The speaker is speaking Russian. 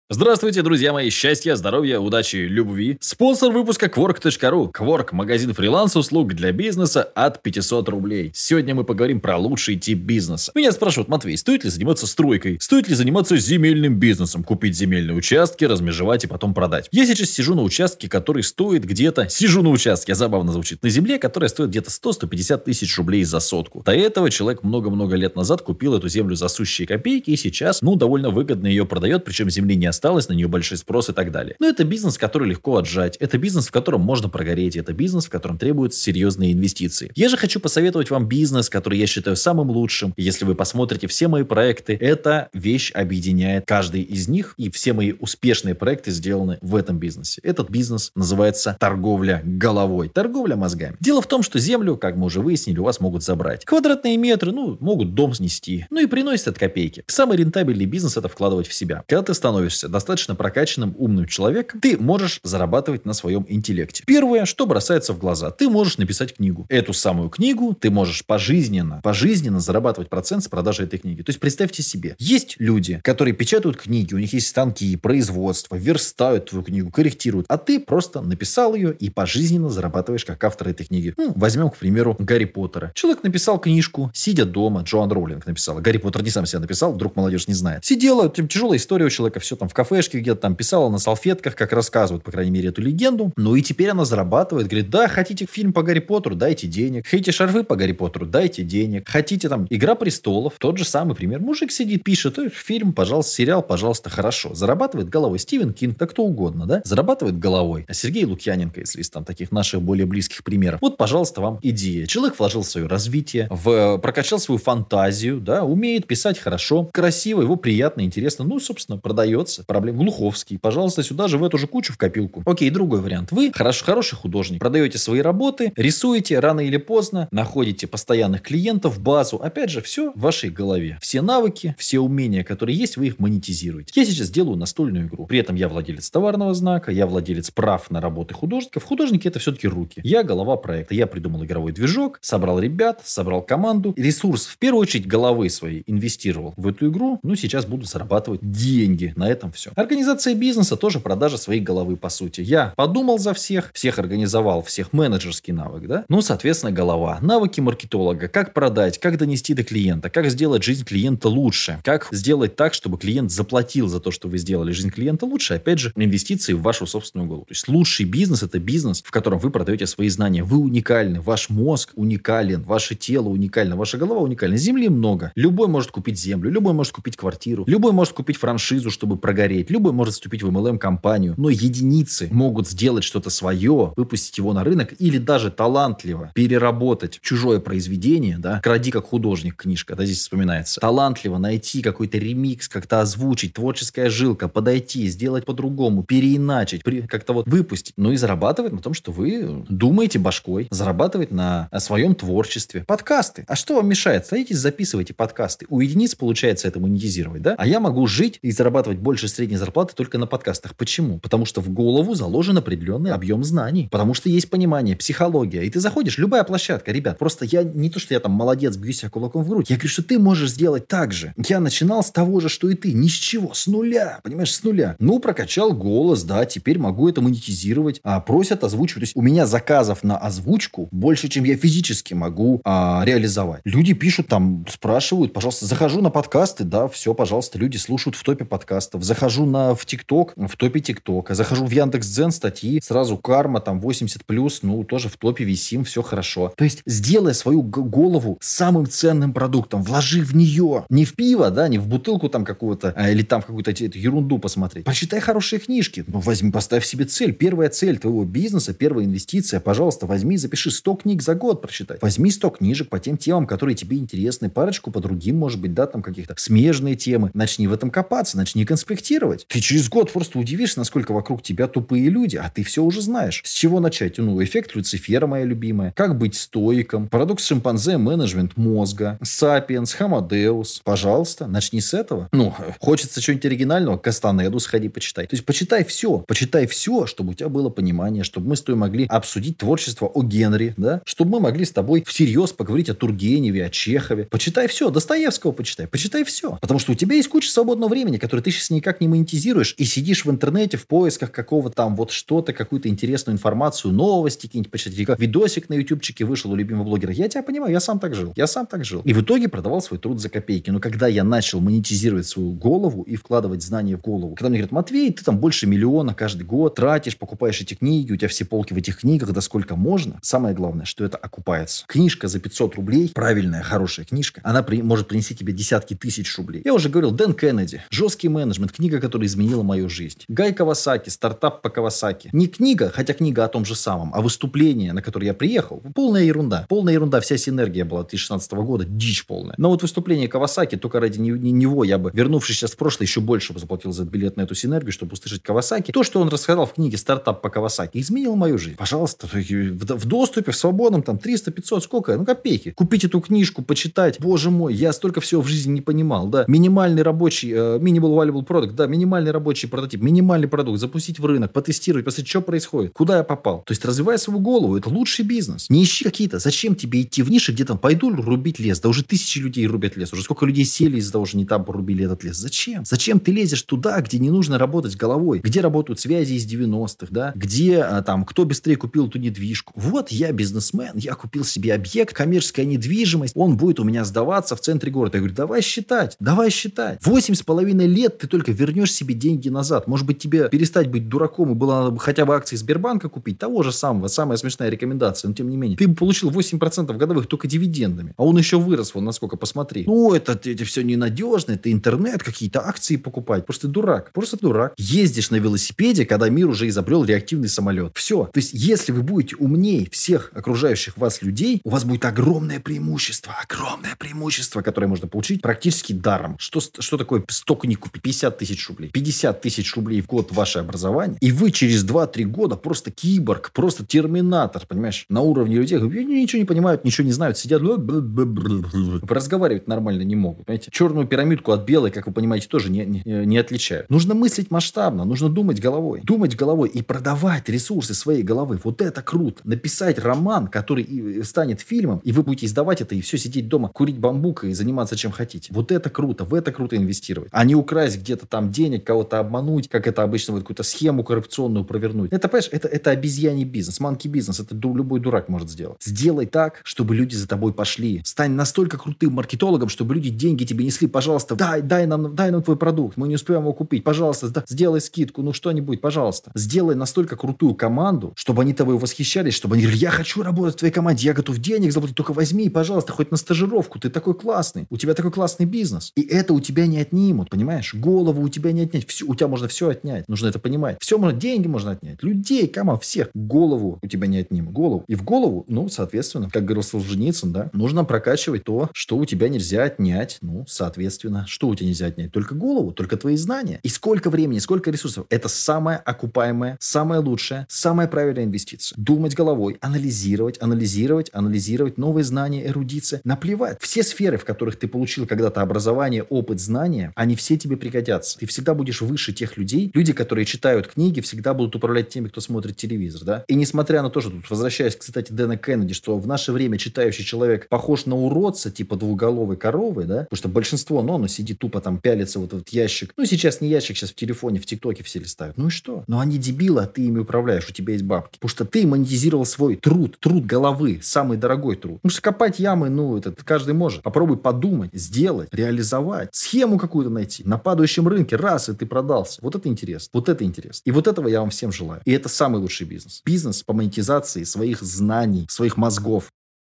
Здравствуйте, друзья мои! Счастья, здоровья, удачи, любви! Спонсор выпуска Quark.ru. Quark – магазин фриланс-услуг для бизнеса от 500 рублей. Сегодня мы поговорим про лучший тип бизнеса. Меня спрашивают: Матвей, стоит ли заниматься стройкой? Стоит ли заниматься земельным бизнесом? Купить земельные участки, размежевать и потом продать. Я сейчас сижу на участке, который стоит где-то... Сижу на участке, забавно звучит. На земле, которая стоит где-то 100-150 тысяч рублей за сотку. До этого человек много-много лет назад купил эту землю за сущие копейки и сейчас, довольно выгодно ее продает, причем земли не осталось, на нее большой спрос и так далее. Но это бизнес, который легко отжать. Это бизнес, в котором можно прогореть. Это бизнес, в котором требуются серьезные инвестиции. Я же хочу посоветовать вам бизнес, который я считаю самым лучшим. Если вы посмотрите все мои проекты, эта вещь объединяет каждый из них. И все мои успешные проекты сделаны в этом бизнесе. Этот бизнес называется торговля головой. Торговля мозгами. Дело в том, что землю, как мы уже выяснили, у вас могут забрать. Квадратные метры, могут дом снести. И приносят от копейки. Самый рентабельный бизнес — это вкладывать в себя. Когда ты становишься достаточно прокачанным, умным человеком, ты можешь зарабатывать на своем интеллекте. Первое, что бросается в глаза: ты можешь написать книгу. Эту самую книгу ты можешь пожизненно зарабатывать процент с продажи этой книги. То есть представьте себе, есть люди, которые печатают книги, у них есть станки, производство, верстают твою книгу, корректируют, а ты просто написал ее и пожизненно зарабатываешь как автор этой книги. Возьмем, к примеру, Гарри Поттера. Человек написал книжку, сидя дома. Джоан Роулинг написала. Гарри Поттер не сам себя написал, вдруг молодежь не знает. Сидела, тяжелая история у человека, все там в кафешке где-то там писала на салфетках, как рассказывают, по крайней мере, эту легенду. И теперь она зарабатывает. Говорит: да, хотите фильм по Гарри Поттеру, дайте денег. Хотите шарфы по Гарри Поттеру, дайте денег. Хотите там Игра престолов, тот же самый пример. Мужик сидит, пишет фильм, пожалуйста, сериал, пожалуйста, хорошо. Зарабатывает головой. Стивен Кинг, да кто угодно, да? Зарабатывает головой. А Сергей Лукьяненко, если из там таких наших более близких примеров. Вот, пожалуйста, вам идея. Человек вложил в свое развитие, прокачал свою фантазию, да, умеет писать хорошо, красиво, его приятно, интересно. Собственно, продается. Проблем. Глуховский. Пожалуйста, сюда же, в эту же кучу, в копилку. Окей, другой вариант. Вы хороший художник. Продаете свои работы, рисуете, рано или поздно находите постоянных клиентов, базу. Опять же, все в вашей голове. Все навыки, все умения, которые есть, вы их монетизируете. Я сейчас делаю настольную игру. При этом я владелец товарного знака, я владелец прав на работы художников. Художники — это все-таки руки. Я голова проекта. Я придумал игровой движок, собрал ребят, собрал команду. Ресурс, в первую очередь, головы своей инвестировал в эту игру. Сейчас буду зарабатывать деньги. На этом все. Организация бизнеса тоже продажа своей головы, по сути. Я подумал за всех организовал, всех менеджерский навык, да? Соответственно, голова. Навыки маркетолога. Как продать, как донести до клиента, как сделать жизнь клиента лучше, как сделать так, чтобы клиент заплатил за то, что вы сделали жизнь клиента лучше. Опять же, инвестиции в вашу собственную голову. То есть лучший бизнес — это бизнес, в котором вы продаете свои знания. Вы уникальны, ваш мозг уникален, ваше тело уникально, ваша голова уникальна. Земли много. Любой может купить землю, любой может купить квартиру, любой может купить франшизу, чтобы прогореть, любой может вступить в MLM-компанию. Но единицы могут сделать что-то свое, выпустить его на рынок или даже талантливо переработать чужое произведение, да, «Кради как художник» книжка, да, здесь вспоминается. Талантливо найти какой-то ремикс, как-то озвучить, творческая жилка, подойти, сделать по-другому, переиначить, как-то выпустить. И зарабатывать на том, что вы думаете башкой, зарабатывать на своем творчестве. Подкасты. А что вам мешает? Садитесь, записывайте подкасты. У единиц получается это монетизировать, да? А я могу жить и зарабатывать больше средней зарплаты только на подкастах. Почему? Потому что в голову заложен определенный объем знаний. Потому что есть понимание, психология. И ты заходишь, любая площадка, ребят, просто я не то, что я там молодец, бью себя кулаком в грудь. Я говорю, что ты можешь сделать так же. Я начинал с того же, что и ты. Ни с чего, с нуля. Понимаешь, с нуля. Прокачал голос, да, теперь могу это монетизировать. Просят озвучивать. То есть у меня заказов на озвучку больше, чем я физически могу реализовать. Люди пишут там, спрашивают, пожалуйста, захожу на подкасты, да, все, пожалуйста, люди слушают в топе подкастов. Захожу в ТикТок, в топе ТикТока. Захожу в Яндекс.Дзен, статьи, сразу карма, там 80+, тоже в топе висим, все хорошо. То есть сделай свою голову самым ценным продуктом, вложи в нее. Не в пиво, да, не в бутылку там какого-то, или там в какую-то ерунду посмотреть. Прочитай хорошие книжки. Возьми, поставь себе цель. Первая цель твоего бизнеса, первая инвестиция, пожалуйста, возьми, запиши 100 книг за год прочитай. Возьми 100 книжек по тем темам, которые тебе интересны, парочку по другим, может быть, да, там каких-то смежные темы. Начни в этом копаться, начни конспектировать. Ты через год просто удивишься, насколько вокруг тебя тупые люди, а ты все уже знаешь. С чего начать? Эффект Люцифера, моя любимая. Как быть стоиком? Парадокс шимпанзе, менеджмент мозга. Сапиенс, Хамадеус. Пожалуйста, начни с этого. Хочется чего-нибудь оригинального? Кастанеду сходи, почитай. То есть почитай все. Почитай все, чтобы у тебя было понимание, чтобы мы с тобой могли обсудить творчество о Генри, да? Чтобы мы могли с тобой всерьез поговорить о Тургеневе, о Чехове. Почитай все. Достоевского почитай. Почитай все. Потому что у тебя есть куча свободного времени, которое ты сейчас никак никак не монетизируешь и сидишь в интернете в поисках какого-то там вот что-то, какую-то интересную информацию, новости какие-нибудь почитать, или как видосик на ютубчике вышел у любимого блогера. Я тебя понимаю, я сам так жил. Я сам так жил. И в итоге продавал свой труд за копейки. Но когда я начал монетизировать свою голову и вкладывать знания в голову, когда мне говорят: Матвей, ты там больше миллиона каждый год тратишь, покупаешь эти книги, у тебя все полки в этих книгах, да сколько можно. Самое главное, что это окупается. Книжка за 500 рублей, правильная, хорошая книжка, она может принести тебе десятки тысяч рублей. Я уже говорил, Дэн Кеннеди, «Жесткий менеджмент», книга, которая изменила мою жизнь. Гай Кавасаки, стартап по Кавасаки. Не книга, хотя книга о том же самом, а выступление, на которое я приехал, полная ерунда. Полная ерунда, вся синергия была 2016 года, дичь полная. Но вот выступление Кавасаки, только ради него я бы, вернувшись сейчас в прошлое, еще больше бы заплатил за билет на эту синергию, чтобы услышать Кавасаки. То, что он рассказал в книге «Стартап по Кавасаки», изменило мою жизнь. Пожалуйста, в доступе, в свободном, там 300, 500, сколько? Ну, копейки. Купить эту книжку, почитать. Боже мой, я столько всего в жизни не понимал, да. Минимальный рабочий, minimal valuable product, да, минимальный рабочий прототип, минимальный продукт, запустить в рынок, потестировать, посмотреть, что происходит, куда я попал. То есть, развивай свою голову, это лучший бизнес. Не ищи какие-то, зачем тебе идти в ниши, где там пойду рубить лес, да уже тысячи людей рубят лес, уже сколько людей сели из-за того, что не там порубили этот лес. Зачем? Зачем ты лезешь туда, где не нужно работать головой, где работают связи из 90-х, да, где там, кто быстрее купил эту недвижку. Вот я бизнесмен, я купил себе объект, коммерческая недвижимость, он будет у меня сдаваться в центре города. Я говорю, давай считать. 8,5 лет ты только вернешь себе деньги назад. Может быть, тебе перестать быть дураком и было хотя бы акции Сбербанка купить, того же самого, самая смешная рекомендация, но тем не менее. Ты бы получил 8% годовых только дивидендами. А он еще вырос, вон насколько, посмотри. Ну, это все ненадежно, это интернет, какие-то акции покупать. Просто дурак. Ездишь на велосипеде, когда мир уже изобрел реактивный самолет. Все. То есть, если вы будете умнее всех окружающих вас людей, у вас будет огромное преимущество, которое можно получить практически даром. Что такое 100 книг купить? 50 тысяч рублей. 50 тысяч рублей в год ваше образование, и вы через 2-3 года просто киборг, просто терминатор, понимаешь? На уровне людей, ничего не понимают, ничего не знают, сидят, разговаривать нормально не могут, понимаете? Черную пирамидку от белой, как вы понимаете, тоже не отличают. Нужно мыслить масштабно, нужно думать головой и продавать ресурсы своей головы. Вот это круто. Написать роман, который станет фильмом, и вы будете издавать это, и все, сидеть дома, курить бамбука и заниматься чем хотите. Вот это круто, в это круто инвестировать. А не украсть где-то там денег, кого-то обмануть, как это обычно, вот какую-то схему коррупционную провернуть. Это, понимаешь, это обезьяний бизнес, манки бизнес. Это любой дурак может сделать. Сделай так, чтобы люди за тобой пошли. Стань настолько крутым маркетологом, чтобы люди деньги тебе несли. Пожалуйста, дай нам твой продукт. Мы не успеем его купить. Пожалуйста, сделай скидку, ну что-нибудь, пожалуйста. Сделай настолько крутую команду, чтобы они тобой восхищались, чтобы они говорили, я хочу работать в твоей команде, я готов денег заплатить, только возьми, пожалуйста, хоть на стажировку. Ты такой классный. У тебя такой классный бизнес. И это у тебя не отнимут, понимаешь? Голову у тебя не отнять. У тебя можно все отнять. Нужно это понимать. Деньги можно отнять. Людей, всех. Голову у тебя не отнимут. Голову. И в голову, соответственно, как говорил Солженицын, да, нужно прокачивать то, что у тебя нельзя отнять. Соответственно, что у тебя нельзя отнять? Только голову, только твои знания. И сколько времени, сколько ресурсов. Это самая окупаемая, самая лучшая, самая правильная инвестиция. Думать головой, анализировать новые знания, эрудиция. Наплевать. Все сферы, в которых ты получил когда-то образование, опыт, знания, они все тебе пригодятся. Ты всегда будешь выше тех людей. Люди, которые читают книги, всегда будут управлять теми, кто смотрит телевизор, да. И несмотря на то, что тут, возвращаясь к цитате Дэна Кеннеди, что в наше время читающий человек похож на уродца, типа двуголовой коровы, да, потому что большинство, оно сидит тупо там, пялится вот этот ящик. Сейчас не ящик, сейчас в телефоне, в ТикТоке все листают. Ну и что? Но они дебилы, а ты ими управляешь, у тебя есть бабки. Потому что ты монетизировал свой труд головы, самый дорогой труд. Потому что копать ямы, это каждый может. Попробуй подумать, сделать, реализовать, схему какую-то найти. На падающем рынке раз, и ты продался. Вот это интересно. И вот этого я вам всем желаю. И это самый лучший бизнес. Бизнес по монетизации своих знаний, своих мозгов.